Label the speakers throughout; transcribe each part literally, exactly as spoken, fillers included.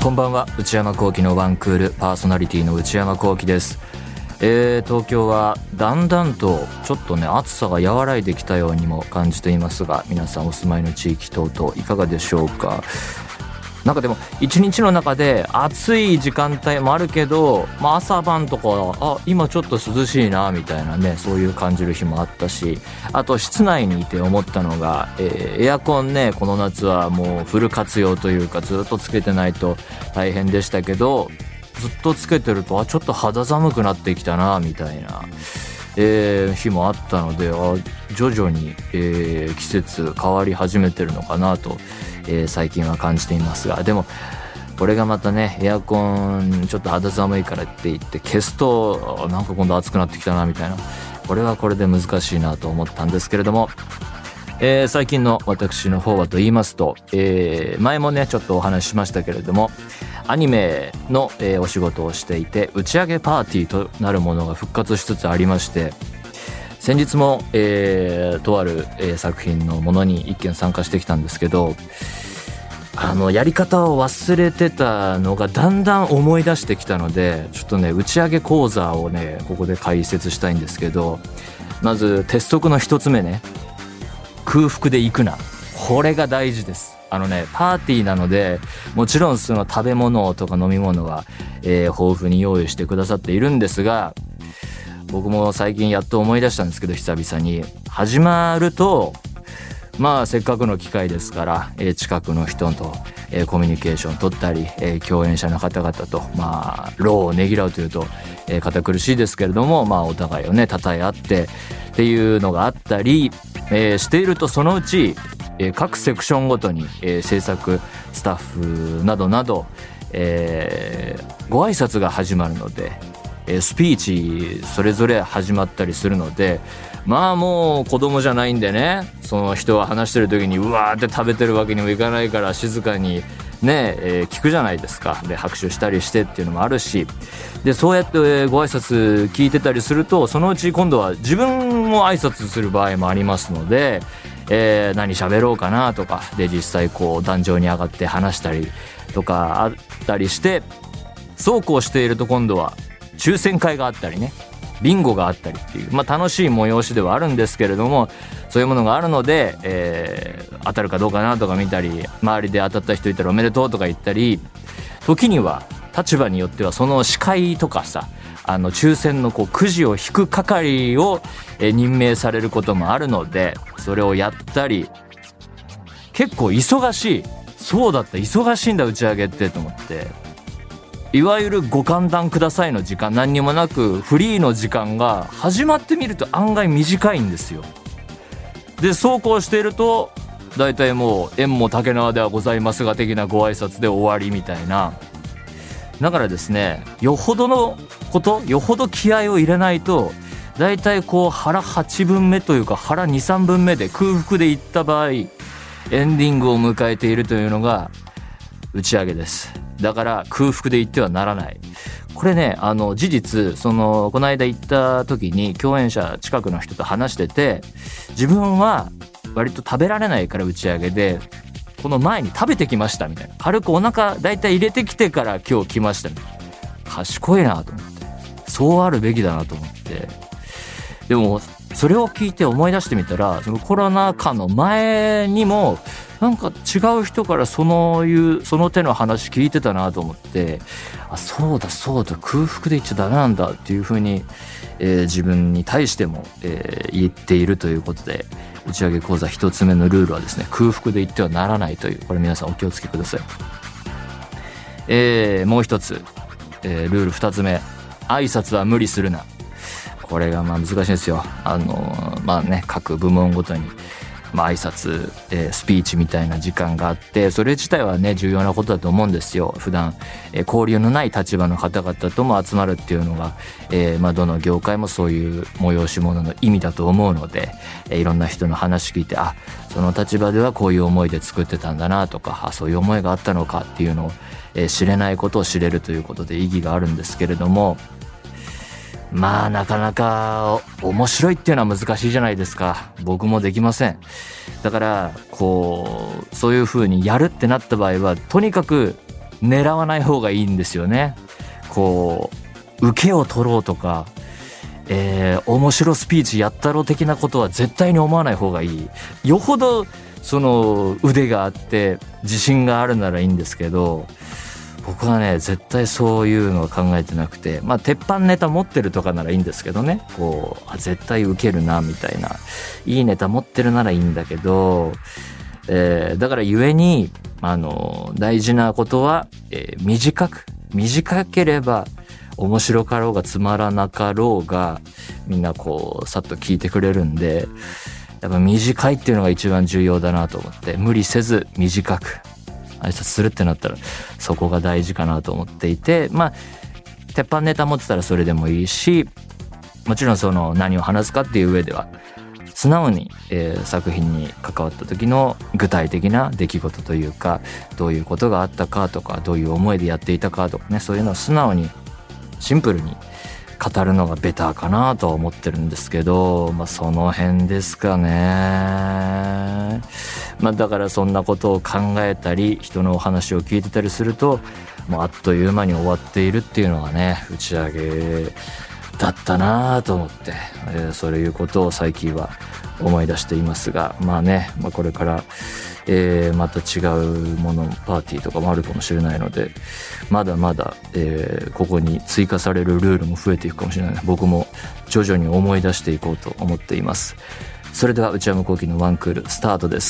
Speaker 1: こんばんは。内山聖輝のワンクールパーソナリティの内山聖輝です。えー、東京はだんだんとちょっとね暑さが和らいできたようにも感じていますが、皆さんお住まいの地域等々いかがでしょうか。なんかでも一日の中で暑い時間帯もあるけど、まあ、朝晩とかあ今ちょっと涼しいなみたいなね、そういう感じる日もあったし、あと室内にいて思ったのが、えー、エアコンね、この夏はもうフル活用というかずっとつけてないと大変でしたけど、ずっとつけてるとあちょっと肌寒くなってきたなみたいな、えー、日もあったので、あ徐々に、えー、季節変わり始めてるのかなと、えー、最近は感じていますが、でもこれがまたね、エアコンちょっと肌寒いからって言って消すとなんか今度暑くなってきたなみたいな、これはこれで難しいなと思ったんですけれども、えー、最近の私の方はと言いますと、えー、前もねちょっとお話ししましたけれども、アニメの、えー、お仕事をしていて、打ち上げパーティーとなるものが復活しつつありまして、先日も、えー、とある、えー、作品のものに一件参加してきたんですけど、あのやり方を忘れてたのがだんだん思い出してきたので、ちょっとね打ち上げ講座をねここで解説したいんですけど、まず鉄則の一つ目ね、空腹で行くな。これが大事です。あのねパーティーなので、もちろんその食べ物とか飲み物は、えー、豊富に用意してくださっているんですが、僕も最近やっと思い出したんですけど、久々に始まると、まあせっかくの機会ですから、えー、近くの人と、えー、コミュニケーション取ったり、えー、共演者の方々とまあ労をねぎらうというと、えー、堅苦しいですけれども、まあお互いをね称え合ってっていうのがあったり、えー、していると、そのうち、えー、各セクションごとに、えー、制作スタッフなどなど、えー、ご挨拶が始まるので、えー、スピーチそれぞれ始まったりするので、まあもう子供じゃないんでね、その人が話してる時にうわーって食べてるわけにもいかないから、静かにね、えー、聞くじゃないですか。で拍手したりしてっていうのもあるし、でそうやってご挨拶聞いてたりすると、そのうち今度は自分も挨拶する場合もありますので、えー、何喋ろうかなとかで、実際こう壇上に上がって話したりとかあったりして、そうこうしていると今度は抽選会があったりね、ビンゴがあったりっていう、まあ、楽しい催しではあるんですけれども、そういうものがあるので、えー、当たるかどうかなとか見たり、周りで当たった人いたらおめでとうとか言ったり、時には立場によってはその司会とかさ、あの抽選のこうくじを引く係を、えー、任命されることもあるので、それをやったり、結構忙しい。そうだった、忙しいんだ打ち上げってと思って、いわゆるご歓談くださいの時間、何にもなくフリーの時間が始まってみると案外短いんですよ。でそうこうしていると、だいたいもう縁も竹縄ではございますが的なご挨拶で終わりみたいな。だからですね、よほどのこと、よほど気合を入れないと、だいたいこう腹はちぶんめというか腹にさんぶんめで空腹でいった場合、エンディングを迎えているというのが打ち上げです。だから空腹で言ってはならない。これね、あの事実、そのこの間行った時に共演者近くの人と話してて、自分は割と食べられないから打ち上げでこの前に食べてきましたみたいな、軽くお腹だいたい入れてきてから今日来ましたみたいな。賢いなと思って、そうあるべきだなと思って。でもそれを聞いて思い出してみたら、そのコロナ禍の前にもなんか違う人からそのいうその手の話聞いてたなと思って、あ、そうだそうだ、空腹で言っちゃダメなんだっていう風に、えー、自分に対しても、えー、言っているということで、打ち上げ講座一つ目のルールはですね、空腹で言ってはならないという、これ皆さんお気をつけください。えー、もう一つ、えー、ルール二つ目、挨拶は無理するな。これがまあ難しいんですよ。あのまあね、各部門ごとにまあ挨拶、えー、スピーチみたいな時間があって、それ自体はね重要なことだと思うんですよ。普段、えー、交流のない立場の方々とも集まるっていうのが、えー、まあどの業界もそういう催し物の意味だと思うので、えー、いろんな人の話聞いて、あ、その立場ではこういう思いで作ってたんだなとか、あ、そういう思いがあったのかっていうのを、えー、知れないことを知れるということで意義があるんですけれども、まあなかなか面白いっていうのは難しいじゃないですか。僕もできません。だからこうそういう風にやるってなった場合は、とにかく狙わない方がいいんですよね。こう受けを取ろうとか、えー、面白スピーチやったろ的なことは絶対に思わない方がいい。よほどその腕があって自信があるならいいんですけど、僕はね絶対そういうのは考えてなくて、まあ鉄板ネタ持ってるとかならいいんですけどね、こう絶対受けるなみたいな、いいネタ持ってるならいいんだけど、えー、だからゆえにあの大事なことは、えー、短く短ければ面白かろうがつまらなかろうがみんなこうさっと聞いてくれるんで、やっぱ短いっていうのが一番重要だなと思って、無理せず短く挨拶するってなったらそこが大事かなと思っていて、まあ鉄板ネタ持ってたらそれでもいいし、もちろんその何を話すかっていう上では素直に、えー、作品に関わった時の具体的な出来事というか、どういうことがあったかとか、どういう思いでやっていたかとかね、そういうのを素直にシンプルに語るのがベターかなとは思ってるんですけど、まあその辺ですかね。まあだからそんなことを考えたり人のお話を聞いてたりすると、もうあっという間に終わっているっていうのがね、打ち上げだったなと思って、えー、そういうことを最近は思い出していますが、まあね、まあ、これから、えー、また違うものパーティーとかもあるかもしれないので、まだまだ、えー、ここに追加されるルールも増えていくかもしれない。僕も徐々に思い出していこうと思っています。それでは内山聖輝のワンクールスタートです。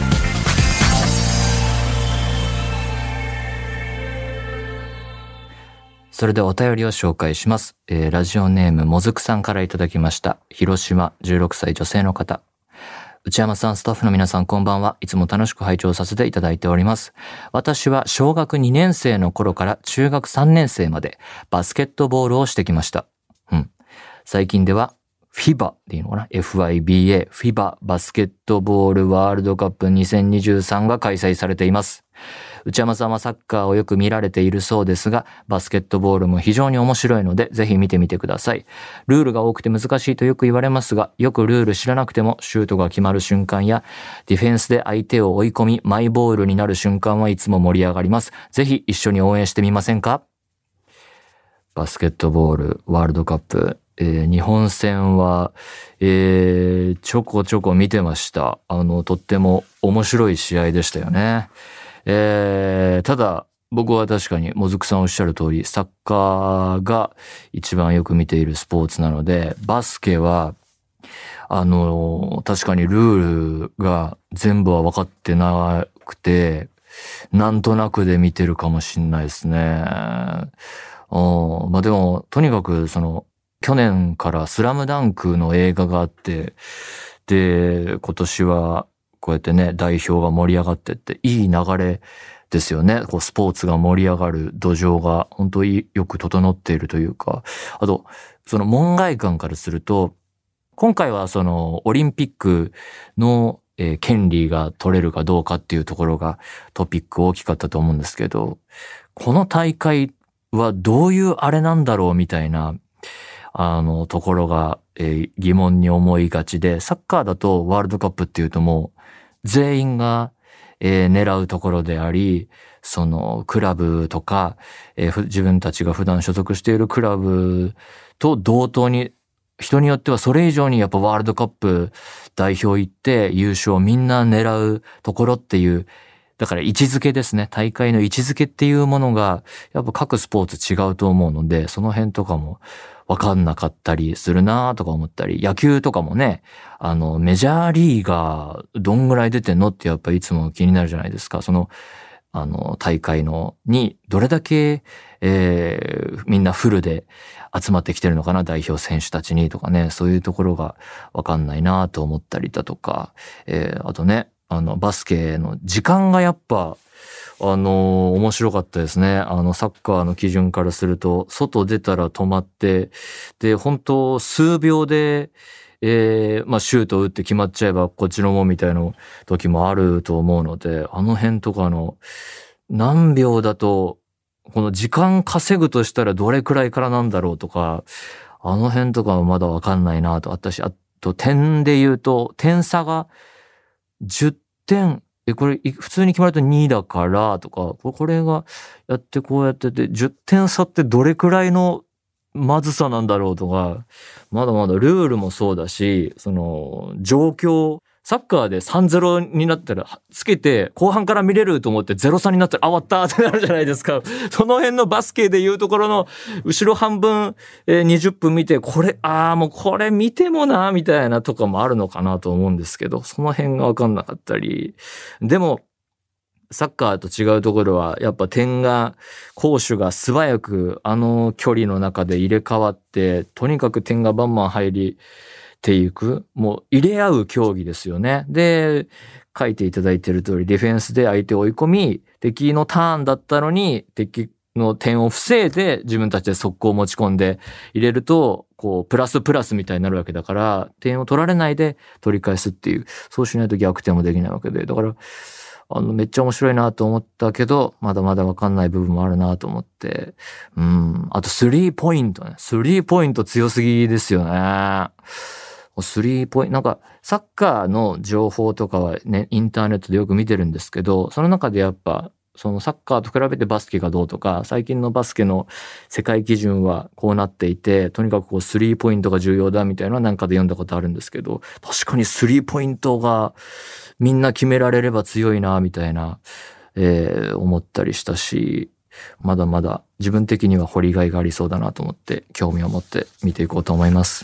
Speaker 1: それではお便りを紹介します。えー、ラジオネームもずくさんからいただきました。広島じゅうろくさい女性の方。内山さん、スタッフの皆さんこんばんは。いつも楽しく拝聴させていただいております。私は小学にねん生の頃から中学さんねん生までバスケットボールをしてきました。うん。最近ではフィバでいいのかな ?エフアイビーエー フィババスケットボールワールドカップにせんにじゅうさんが開催されています。内山さんはサッカーをよく見られているそうですが、バスケットボールも非常に面白いので、ぜひ見てみてください。ルールが多くて難しいとよく言われますが、よくルール知らなくてもシュートが決まる瞬間や、ディフェンスで相手を追い込み、マイボールになる瞬間はいつも盛り上がります。ぜひ一緒に応援してみませんか？バスケットボールワールドカップ、えー、日本戦は、えー、ちょこちょこ見てました。あの、とっても面白い試合でしたよね。えー、ただ僕は確かにもずくさんおっしゃる通りサッカーが一番よく見ているスポーツなので、バスケはあの確かにルールが全部は分かってなくて、なんとなくで見てるかもしんないですね。うん、まあでもとにかくその去年からスラムダンクの映画があって、で今年はこうやってね、代表が盛り上がってって、いい流れですよね。こうスポーツが盛り上がる土壌が本当によく整っているというか、あと、その門外漢からすると、今回はそのオリンピックの、えー、権利が取れるかどうかっていうところがトピック大きかったと思うんですけど、この大会はどういうあれなんだろうみたいな、あの、ところが、えー、疑問に思いがちで、サッカーだとワールドカップっていうともう、全員が、えー、狙うところであり、そのクラブとか、えー、自分たちが普段所属しているクラブと同等に、人によってはそれ以上にやっぱワールドカップ代表行って優勝をみんな狙うところっていう、だから位置づけですね。大会の位置づけっていうものがやっぱ各スポーツ違うと思うので、その辺とかもわかんなかったりするなとか思ったり、野球とかもね、あのメジャーリーガーどんぐらい出てんのってやっぱいつも気になるじゃないですか。そのあの大会のにどれだけ、えー、みんなフルで集まってきてるのかな、代表選手たちにとかね、そういうところがわかんないなと思ったりだとか、えー、あとね、あのバスケの時間がやっぱあのー、面白かったですね。あの、サッカーの基準からすると、外出たら止まって、で、本当数秒で、えー、まあ、シュート打って決まっちゃえば、こっちのもんみたいな時もあると思うので、あの辺とかの、何秒だと、この時間稼ぐとしたらどれくらいからなんだろうとか、あの辺とかはまだわかんないなと。私、あと、点で言うと、点差がじゅってん、 え、これ、普通に決まるとにだから、とか、これがやってこうやってて、じゅってん差ってどれくらいのまずさなんだろうとか、まだまだルールもそうだし、その、状況、サッカーで さんたいゼロ になったら、つけて、後半から見れると思ってゼロさんになったら、あ、終わったってなるじゃないですか。その辺のバスケでいうところの、後ろ半分、えー、にじゅっぷん見て、これ、ああ、もうこれ見てもな、みたいなとかもあるのかなと思うんですけど、その辺がわかんなかったり。でも、サッカーと違うところは、やっぱ点が、攻守が素早く、あの距離の中で入れ替わって、とにかく点がバンバン入り、ていく、もう入れ合う競技ですよね。で、書いていただいている通り、ディフェンスで相手を追い込み、敵のターンだったのに、敵の点を防いで自分たちで速攻を持ち込んで入れると、こう、プラスプラスみたいになるわけだから、点を取られないで取り返すっていう、そうしないと逆転もできないわけで、だから、あの、めっちゃ面白いなと思ったけど、まだまだわかんない部分もあるなと思って、うん、あとスリーポイントね。スリーポイント強すぎですよね。スリーポイント、なんかサッカーの情報とかはね、インターネットでよく見てるんですけど、その中でやっぱ、そのサッカーと比べてバスケがどうとか、最近のバスケの世界基準はこうなっていて、とにかくこうスリーポイントが重要だみたいなのはなんかで読んだことあるんですけど、確かにスリーポイントがみんな決められれば強いな、みたいな、えー、思ったりしたし、まだまだ自分的には掘りがいがありそうだなと思って、興味を持って見ていこうと思います。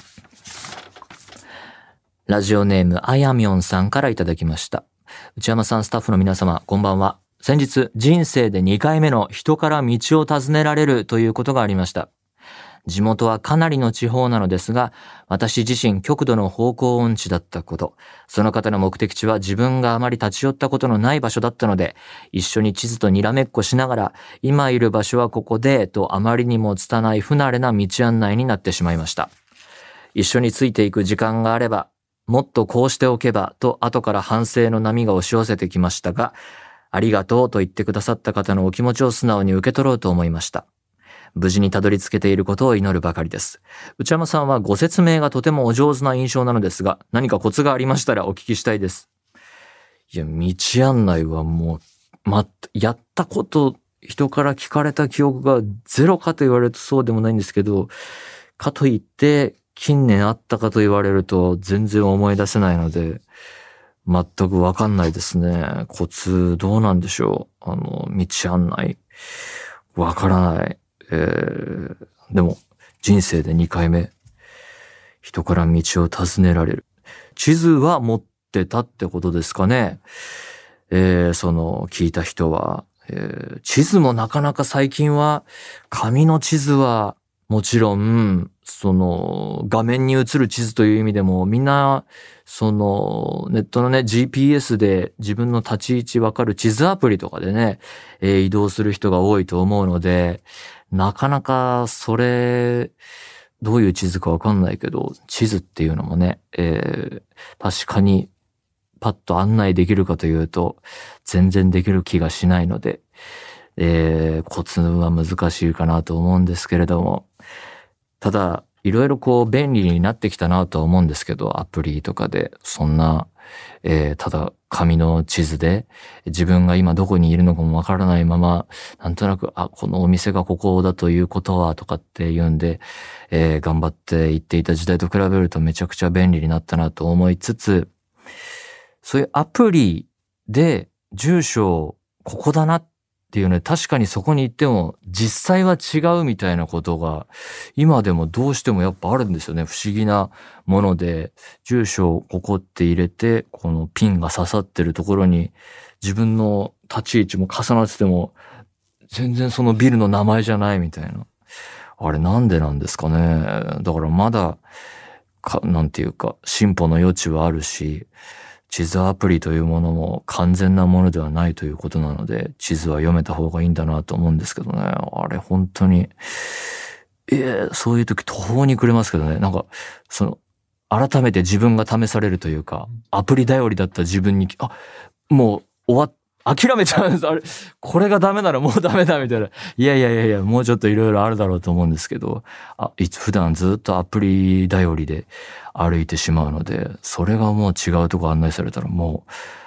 Speaker 1: ラジオネームあやみょんさんからいただきました。内山さん、スタッフの皆様、こんばんは。先日、人生でにかいめの人から道を尋ねられるということがありました。地元はかなりの地方なのですが、私自身極度の方向音痴だったこと、その方の目的地は自分があまり立ち寄ったことのない場所だったので、一緒に地図とにらめっこしながら、今いる場所はここで、とあまりにも拙い不慣れな道案内になってしまいました。一緒についていく時間があれば、もっとこうしておけばと後から反省の波が押し寄せてきましたが、ありがとうと言ってくださった方のお気持ちを素直に受け取ろうと思いました。無事にたどり着けていることを祈るばかりです。内山さんはご説明がとてもお上手な印象なのですが、何かコツがありましたらお聞きしたいです。いや、道案内はもう、ま、やったこと、人から聞かれた記憶がゼロかと言われるとそうでもないんですけど、かといって、近年あったかと言われると全然思い出せないので、全くわかんないですね。コツどうなんでしょう。あの、道案内。わからない。えー、でも、人生でにかいめ、人から道を尋ねられる。地図は持ってたってことですかね。えー、その、聞いた人は、えー、地図もなかなか最近は、紙の地図は、もちろん、その、画面に映る地図という意味でも、みんな、その、ネットのね、ジーピーエス で自分の立ち位置わかる地図アプリとかでね、えー、移動する人が多いと思うので、なかなか、それ、どういう地図かわかんないけど、地図っていうのもね、えー、確かに、パッと案内できるかというと、全然できる気がしないので、えー、コツは難しいかなと思うんですけれども、ただ、いろいろこう便利になってきたなとは思うんですけど、アプリとかで、そんな、えー、ただ紙の地図で、自分が今どこにいるのかもわからないまま、なんとなく、あ、このお店がここだということは、とかって言うんで、えー、頑張って行っていた時代と比べるとめちゃくちゃ便利になったなと思いつつ、そういうアプリで住所ここだなっていうね、確かにそこに行っても実際は違うみたいなことが今でもどうしてもやっぱあるんですよね。不思議なもので、住所ここって入れて、このピンが刺さってるところに自分の立ち位置も重なってても全然そのビルの名前じゃないみたいな。あれなんでなんですかね。だからまだか、なんていうか進歩の余地はあるし、地図アプリというものも完全なものではないということなので、地図は読めた方がいいんだなと思うんですけどね。あれ本当に、えー、そういう時途方に暮れますけどね。なんか、その、改めて自分が試されるというか、アプリ頼りだった自分に、あ、もう終わっ、諦めちゃうんです。あれ、これがダメならもうダメだみたいな。いやいやいやいや、もうちょっといろいろあるだろうと思うんですけど、あ、いつ普段ずっとアプリ頼りで歩いてしまうので、それがもう違うとこ案内されたらもう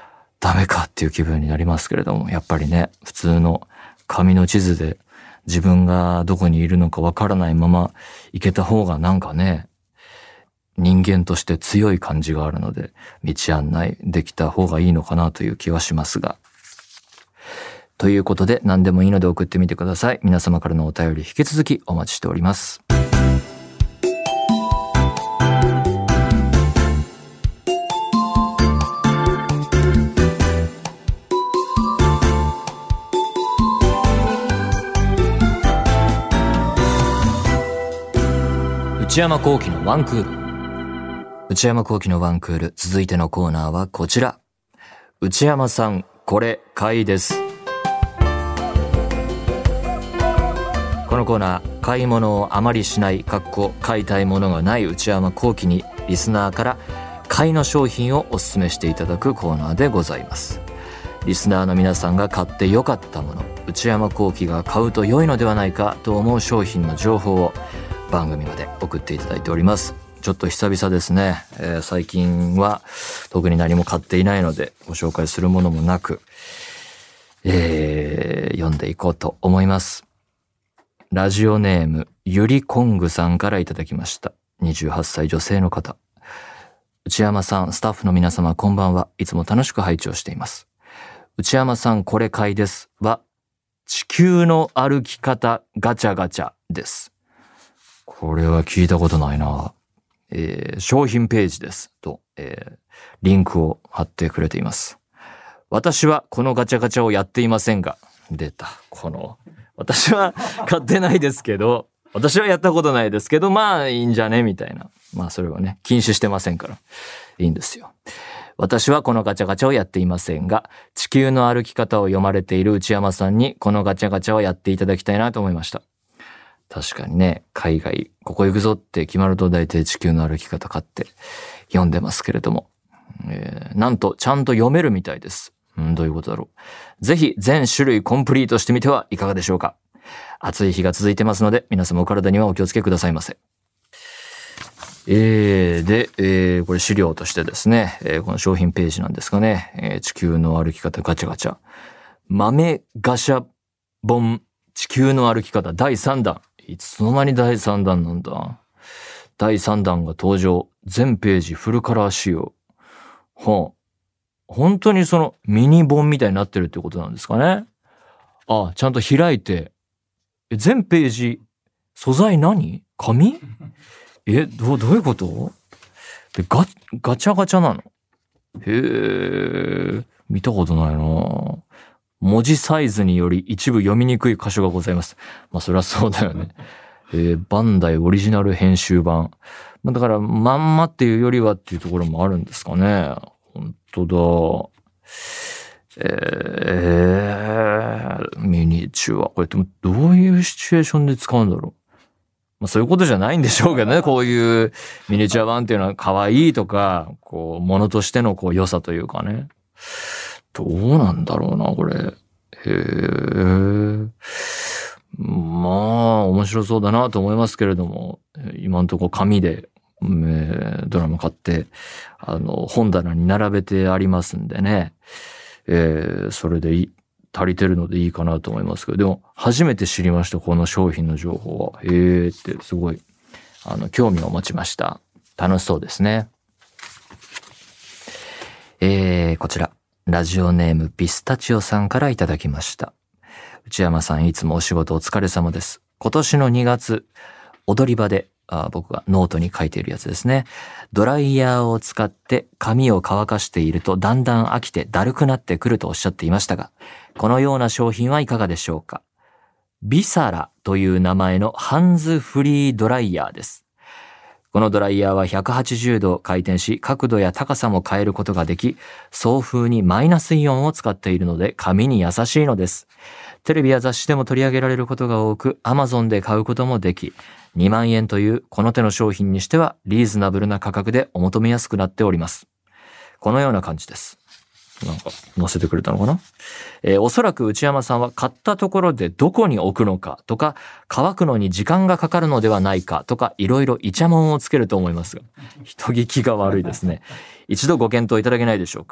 Speaker 1: ダメかっていう気分になりますけれども、やっぱりね、普通の紙の地図で自分がどこにいるのかわからないまま行けた方がなんかね、人間として強い感じがあるので、道案内できた方がいいのかなという気はしますが。ということで、何でもいいので送ってみてください。皆様からのお便り引き続きお待ちしております。内山聖輝のワンクール。内山聖輝のワンクール。続いてのコーナーはこちら。内山さん、これ買いです。このコーナー、買い物をあまりしない、かっこ買いたいものがない内山聖輝にリスナーから買いの商品をお勧めしていただくコーナーでございます。リスナーの皆さんが買ってよかったもの、内山聖輝が買うと良いのではないかと思う商品の情報を番組まで送っていただいております。ちょっと久々ですね、えー、最近は特に何も買っていないのでご紹介するものもなく、えー、読んでいこうと思います。ラジオネームゆりこんぐさんからいただきました。にじゅうはっさい女性の方。内山さん、スタッフの皆様こんばんは。いつも楽しく拝聴しています。内山さん、これ買いですは地球の歩き方ガチャガチャです。これは聞いたことないな。えー、商品ページですと、えー、リンクを貼ってくれています。私はこのガチャガチャをやっていませんが、出た。この、私は買ってないですけど、私はやったことないですけど、まあいいんじゃねみたいな。まあそれはね、禁止してませんから。いいんですよ。私はこのガチャガチャをやっていませんが、地球の歩き方を読まれている内山さんにこのガチャガチャをやっていただきたいなと思いました。確かにね、海外、ここ行くぞって決まると大体地球の歩き方買って読んでますけれども、えー、なんとちゃんと読めるみたいです。うん、どういうことだろう。ぜひ全種類コンプリートしてみてはいかがでしょうか。暑い日が続いてますので、皆様お体にはお気をつけくださいませ。えー、で、えー、これ資料としてですね、えー、この商品ページなんですかね、えー、地球の歩き方ガチャガチャ。豆ガシャ本地球の歩き方だいさんだん。いつの間にだいさんだんなんだ。だいさんだんが登場。全ページフルカラー仕様。はあ、本当にそのミニ本みたいになってるってことなんですかね。あ、ちゃんと開いて。え、全ページ、素材何？紙？え、どう、どういうこと？で、ガ、ガチャガチャなの？へえ、見たことないな。文字サイズにより一部読みにくい箇所がございます。まあそりゃそうだよね。えー、バンダイオリジナル編集版。まあ、だからまんまっていうよりはっていうところもあるんですかね。本当だ。えー、ミニチュア。これでもどういうシチュエーションで使うんだろう。まあそういうことじゃないんでしょうけどね。こういうミニチュア版っていうのは可愛いとか、こう、ものとしてのこう良さというかね。どうなんだろうな、これ。へえ。まあ、面白そうだなと思いますけれども、今のところ紙で、えー、ドラマ買って、あの、本棚に並べてありますんでね。えー、それでいい、足りてるのでいいかなと思いますけど、でも、初めて知りました、この商品の情報は。へーって、すごい、あの、興味を持ちました。楽しそうですね。えー、こちら。ラジオネームピスタチオさんからいただきました。内山さん、いつもお仕事お疲れ様です。今年のにがつ、踊り場で、あ僕がノートに書いているやつですね。ドライヤーを使って髪を乾かしているとだんだん飽きてだるくなってくるとおっしゃっていましたが、このような商品はいかがでしょうか。ビサラという名前のハンズフリードライヤーです。このドライヤーはひゃくはちじゅうど回転し、角度や高さも変えることができ、送風にマイナスイオンを使っているので髪に優しいのです。テレビや雑誌でも取り上げられることが多く、アマゾンで買うこともでき、にまんえんというこの手の商品にしてはリーズナブルな価格でお求めやすくなっております。このような感じです。なんか載せてくれたのかな、えー、おそらく内山さんは買ったところでどこに置くのかとか、乾くのに時間がかかるのではないかとか、いろいろイチャモンをつけると思いますが、人聞きが悪いですね。一度ご検討いただけないでしょうか。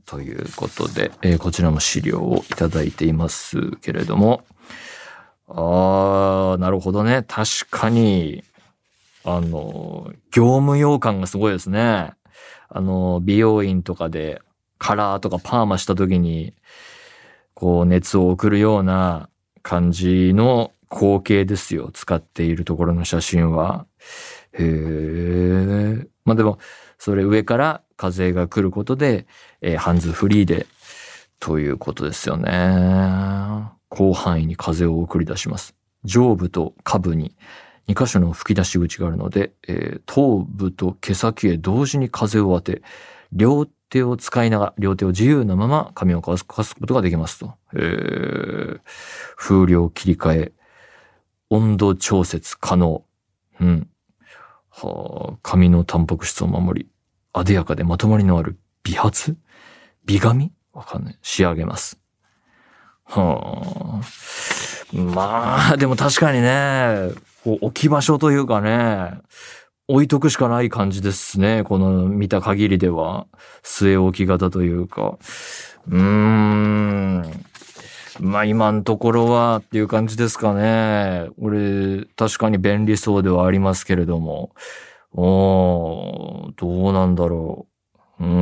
Speaker 1: ということで、えー、こちらも資料をいただいていますけれども、ああ、なるほどね。確かに、あの、業務用感がすごいですね。あの、美容院とかでカラーとかパーマした時に、こう熱を送るような感じの光景ですよ。使っているところの写真は。へえ。まあでも、それ上から風が来ることで、えー、ハンズフリーで、ということですよね。広範囲に風を送り出します。上部と下部にに箇所の吹き出し口があるので、えー、頭部と毛先へ同時に風を当て、両手を使いながら、両手を自由なまま髪を乾かすことができますと。えー、風量切り替え、温度調節可能。うん。はあ、髪のタンパク質を守り、あでやかでまとまりのある美髪美髪わかんない。仕上げます。はあ。まあ、でも確かにね、こう置き場所というかね、置いとくしかない感じですね。この見た限りでは。据え置き型というか。うーん。まあ今のところはっていう感じですかね。俺、確かに便利そうではありますけれども。おー、どうなんだろう。うん。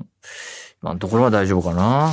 Speaker 1: 今のところは大丈夫かな。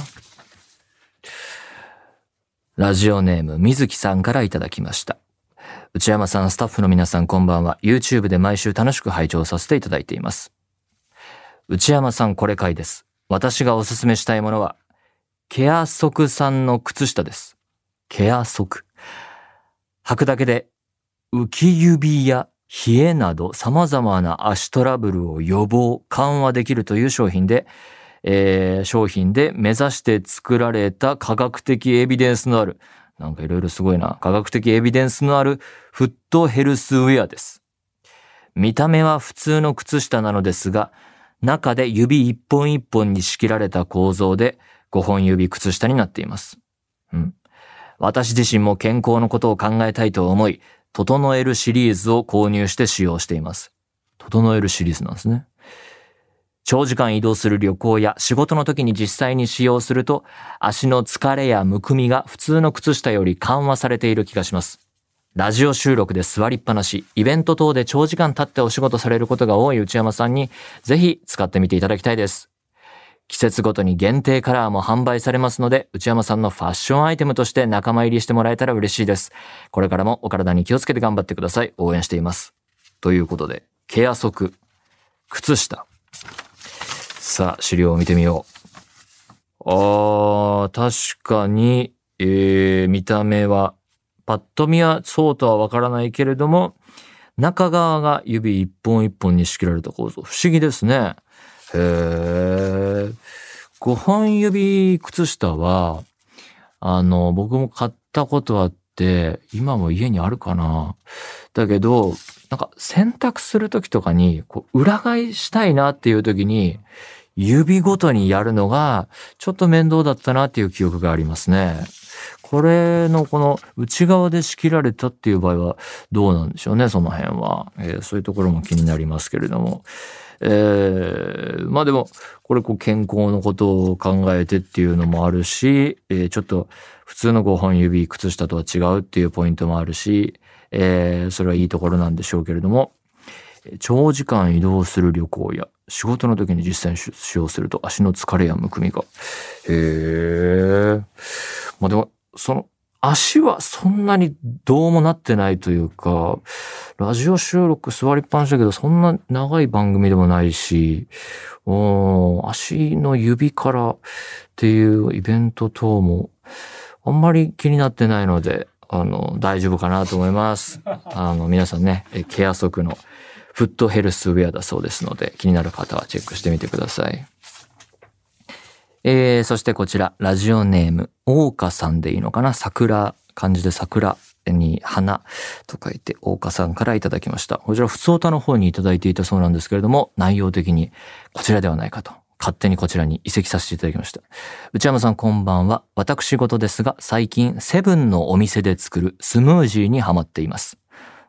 Speaker 1: ラジオネーム、水木さんからいただきました。内山さん、スタッフの皆さんこんばんは。YouTube で毎週楽しく拝聴させていただいています。内山さん、これ買いです。私がおすすめしたいものは、ケアソクさんの靴下です。ケアソク。履くだけで、浮指や冷えなど様々な足トラブルを予防、緩和できるという商品で、えー、商品で目指して作られた科学的エビデンスのある、なんかいろいろすごいな、科学的エビデンスのあるフットヘルスウェアです。見た目は普通の靴下なのですが、中で指一本一本に仕切られた構造でごほん指靴下になっています。うん。私自身も健康のことを考えたいと思い、整えるシリーズを購入して使用しています。整えるシリーズなんですね。長時間移動する旅行や仕事の時に実際に使用すると、足の疲れやむくみが普通の靴下より緩和されている気がします。ラジオ収録で座りっぱなし、イベント等で長時間経ってお仕事されることが多い内山さんに、ぜひ使ってみていただきたいです。季節ごとに限定カラーも販売されますので、内山さんのファッションアイテムとして仲間入りしてもらえたら嬉しいです。これからもお体に気をつけて頑張ってください。応援しています。ということで、ケアソク、靴下。さあ、資料を見てみよう。あー、確かに、えー、見た目は、パッと見はそうとはわからないけれども、中側が指一本一本に仕切られた構造。不思議ですね。へー。ごほん指靴下は、あの、僕も買ったことあって、今も家にあるかな。だけど、なんか洗濯するときとかに、こう裏返したいなっていうときに、指ごとにやるのが、ちょっと面倒だったなっていう記憶がありますね。これのこの内側で仕切られたっていう場合はどうなんでしょうね、その辺は。えー、そういうところも気になりますけれども。えー、まあでも、これこう健康のことを考えてっていうのもあるし、えー、ちょっと普通のごほん指靴下とは違うっていうポイントもあるし、えー、それはいいところなんでしょうけれども、長時間移動する旅行や仕事の時に実際に使用すると足の疲れやむくみが。へー。まあでも、その足はそんなにどうもなってないというか、ラジオ収録座りっぱなしだけどそんな長い番組でもないし、足の指からっていうイベント等もあんまり気になってないので、あの、大丈夫かなと思います。あの、皆さんね、ケアソクのフットヘルスウェアだそうですので、気になる方はチェックしてみてください。えー、そしてこちら、ラジオネーム、大花さんでいいのかな？桜、漢字で桜に花と書いて、大花さんからいただきました。こちら、ふつおたの方にいただいていたそうなんですけれども、内容的にこちらではないかと、勝手にこちらに移籍させていただきました。内山さんこんばんは。私事ですが、最近、セブンのお店で作るスムージーにハマっています。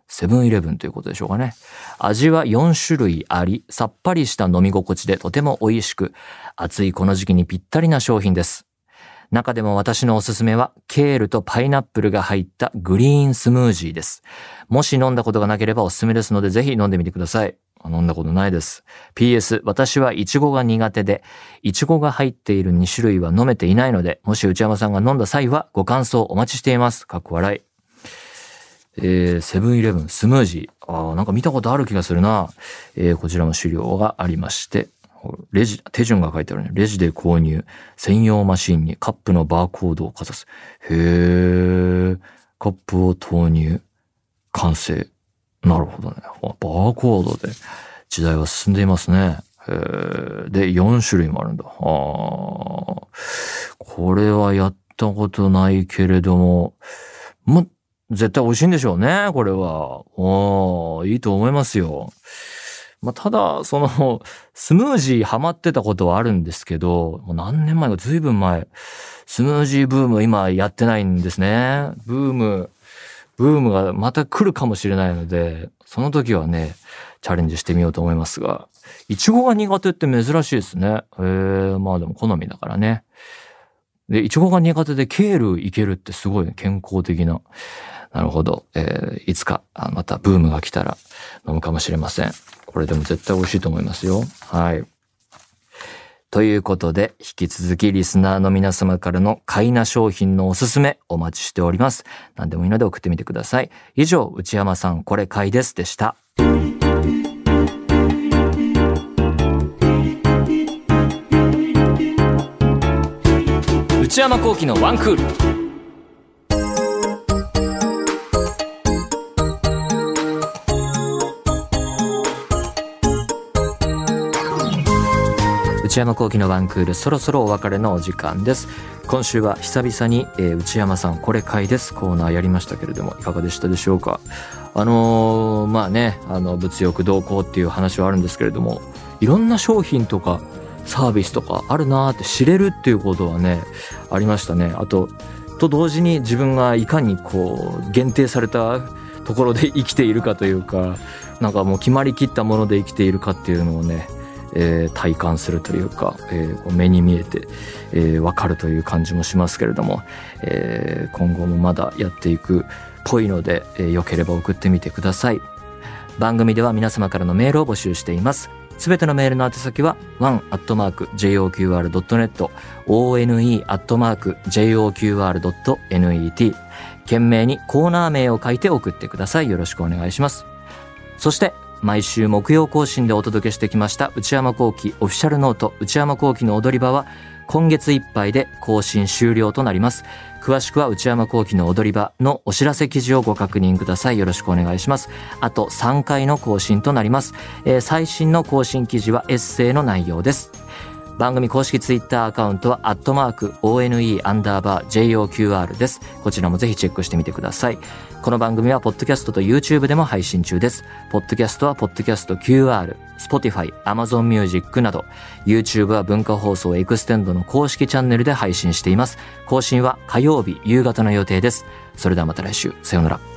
Speaker 1: セブンイレブンということでしょうかね。味はよん種類あり、さっぱりした飲み心地でとても美味しく、暑いこの時期にぴったりな商品です。中でも私のおすすめは、ケールとパイナップルが入ったグリーンスムージーです。もし飲んだことがなければおすすめですので、ぜひ飲んでみてください。飲んだことないです。ピーエス、私はイチゴが苦手で、イチゴが入っているに種類は飲めていないので、もし内山さんが飲んだ際はご感想お待ちしています。かっこ笑い。えー、セブンイレブンスムージー。あー、なんか見たことある気がするな。えー、こちらも資料がありまして、レジ、手順が書いてあるね。レジで購入、専用マシンにカップのバーコードをかざす。へー、カップを投入、完成。なるほどね。バーコードで時代は進んでいますね。へー、で、よん種類もあるんだ。あー、これはやったことないけれども、ま、絶対美味しいんでしょうね、これは。おー、いいと思いますよ。まあ、ただ、その、スムージーハマってたことはあるんですけど、もう何年前か、ずいぶん前、スムージーブーム今やってないんですね。ブーム、ブームがまた来るかもしれないので、その時はね、チャレンジしてみようと思いますが、イチゴが苦手って珍しいですね。えー、まあでも好みだからね。で、イチゴが苦手でケールいけるってすごい、ね、健康的な。なるほど。えー、いつかまたブームが来たら飲むかもしれません。これでも絶対美味しいと思いますよ。はい。ということで、引き続きリスナーの皆様からの買いな商品のおすすめお待ちしております。何でもいいので送ってみてください。以上、内山さんこれ買いですでした。内山聖輝のワンクール。内山聖輝のワンクール、そろそろお別れのお時間です。今週は久々に、えー、内山さんこれ買いですコーナーやりましたけれども、いかがでしたでしょうか。あのー、まあね、あの物欲どうこうっていう話はあるんですけれども、いろんな商品とかサービスとかあるなーって知れるっていうことはね、ありましたね。あとと同時に自分がいかにこう限定されたところで生きているかというか、なんかもう決まりきったもので生きているかっていうのをね、えー、体感するというか、えー、目に見えて、えー、分かるという感じもしますけれども、えー、今後もまだやっていくっぽいので、えー、よければ送ってみてください。番組では皆様からのメールを募集しています。すべてのメールの宛先は ワン アットマーク ジェイオーキューアール ドットネット オーエヌイー アットマーク ジェイオーキューアール ドットネット 懸命にコーナー名を書いて送ってください。よろしくお願いします。そして毎週木曜更新でお届けしてきました内山聖輝オフィシャルノート内山聖輝の踊り場は今月いっぱいで更新終了となります。詳しくは内山聖輝の踊り場のお知らせ記事をご確認ください。よろしくお願いします。あとさんかいの更新となります。えー、最新の更新記事はエッセイの内容です。番組公式ツイッターアカウントはアットマーク オーエヌイー アンダーバー ジェイオーキューアール です。こちらもぜひチェックしてみてください。この番組はポッドキャストと YouTube でも配信中です。ポッドキャストはポッドキャスト キューアール、Spotify、Amazon Music など、YouTube は文化放送エクステンドの公式チャンネルで配信しています。更新は火曜日夕方の予定です。それではまた来週。さようなら。